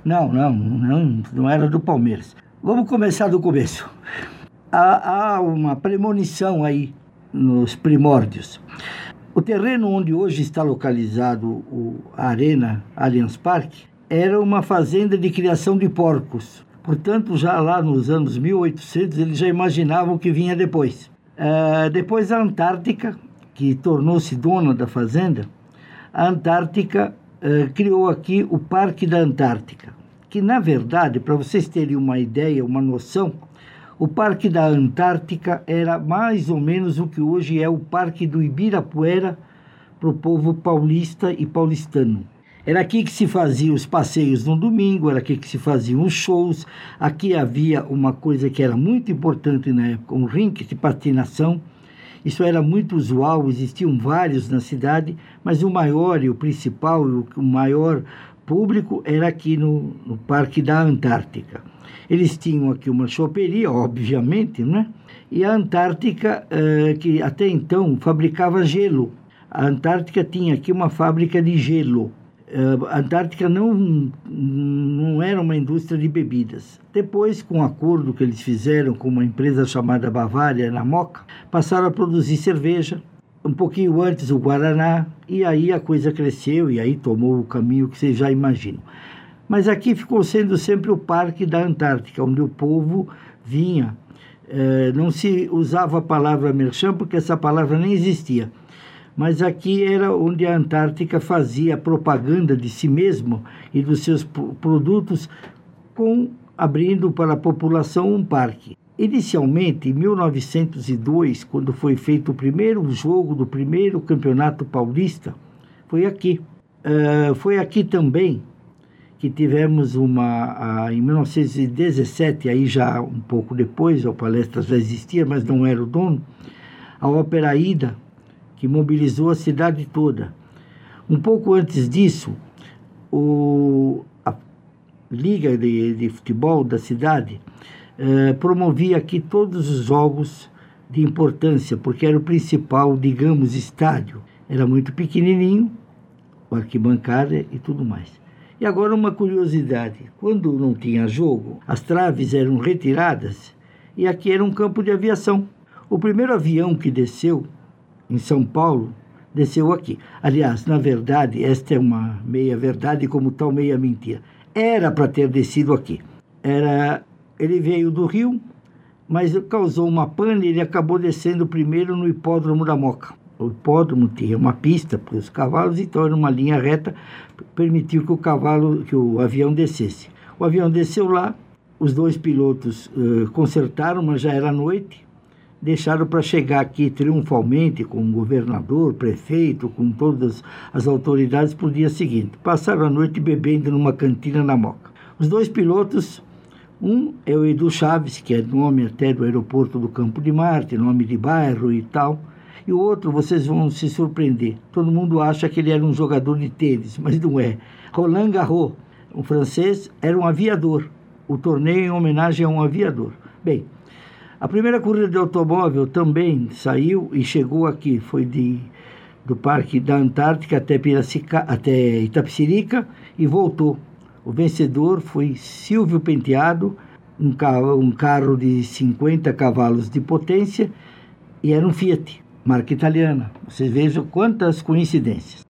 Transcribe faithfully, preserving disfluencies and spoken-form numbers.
Não, não, não, não era do Palmeiras. Vamos começar do começo. Há, há uma premonição aí nos primórdios. O terreno onde hoje está localizado o, a Arena Allianz Parque era uma fazenda de criação de porcos. Portanto, já lá nos anos mil e oitocentos, eles já imaginavam o que vinha depois. Uh, depois a Antártica, que tornou-se dona da fazenda, a Antártica uh, criou aqui o Parque da Antártica, que, na verdade, para vocês terem uma ideia, uma noção, o Parque da Antártica era mais ou menos o que hoje é o Parque do Ibirapuera para o povo paulista e paulistano. Era aqui que se faziam os passeios no domingo, era aqui que se faziam os shows. Aqui havia uma coisa que era muito importante na época, um rink de patinação. Isso era muito usual, existiam vários na cidade, mas o maior e o principal, o maior público era aqui no, no Parque da Antártica. Eles tinham aqui uma choperia, obviamente, né? E a Antártica, eh, que até então fabricava gelo. A Antártica tinha aqui uma fábrica de gelo. A Antártica não, não era uma indústria de bebidas. Depois, com um acordo que eles fizeram com uma empresa chamada Bavária, na Moca, passaram a produzir cerveja, um pouquinho antes o Guaraná, e aí a coisa cresceu e aí tomou o caminho que vocês já imaginam. Mas aqui ficou sendo sempre o Parque da Antártica, onde o povo vinha. É, não se usava a palavra merchan, porque essa palavra nem existia. Mas aqui era onde a Antártica fazia propaganda de si mesmo e dos seus produtos, com, abrindo para a população um parque. Inicialmente, em mil novecentos e dois, quando foi feito o primeiro jogo do primeiro Campeonato Paulista, foi aqui. Uh, foi aqui também que tivemos uma, uh, em mil novecentos e dezessete, aí já um pouco depois, a palestra já existia, mas não era o dono, a Ópera Ida, que mobilizou a cidade toda. Um pouco antes disso, o, a Liga de, de Futebol da cidade eh, promovia aqui todos os jogos de importância, porque era o principal, digamos, estádio. Era muito pequenininho, arquibancada e tudo mais. E agora uma curiosidade, quando não tinha jogo, as traves eram retiradas e aqui era um campo de aviação. O primeiro avião que desceu em São Paulo, desceu aqui. Aliás, na verdade, esta é uma meia-verdade, como tal meia-mentira. Era para ter descido aqui. Era, ele veio do Rio, mas causou uma pane e ele acabou descendo primeiro no hipódromo da Moca. O hipódromo tinha uma pista para os cavalos, então era uma linha reta, permitiu que o cavalo, que o avião descesse. O avião desceu lá, os dois pilotos uh, consertaram, mas já era noite, deixaram para chegar aqui triunfalmente com o governador, prefeito, com todas as autoridades para o dia seguinte. Passaram a noite bebendo numa cantina na Moca. Os dois pilotos, um é o Edu Chaves, que é nome até do aeroporto do Campo de Marte, nome de bairro e tal, e o outro, vocês vão se surpreender, todo mundo acha que ele era um jogador de tênis, mas não é. Roland Garros, um francês, era um aviador, o torneio em homenagem a um aviador. Bem, a primeira corrida de automóvel também saiu e chegou aqui, foi de, do Parque da Antártica até, Piracica, até Itapecerica e voltou. O vencedor foi Silvio Penteado, um carro, um carro de cinquenta cavalos de potência e era um Fiat, marca italiana. Vocês vejam quantas coincidências.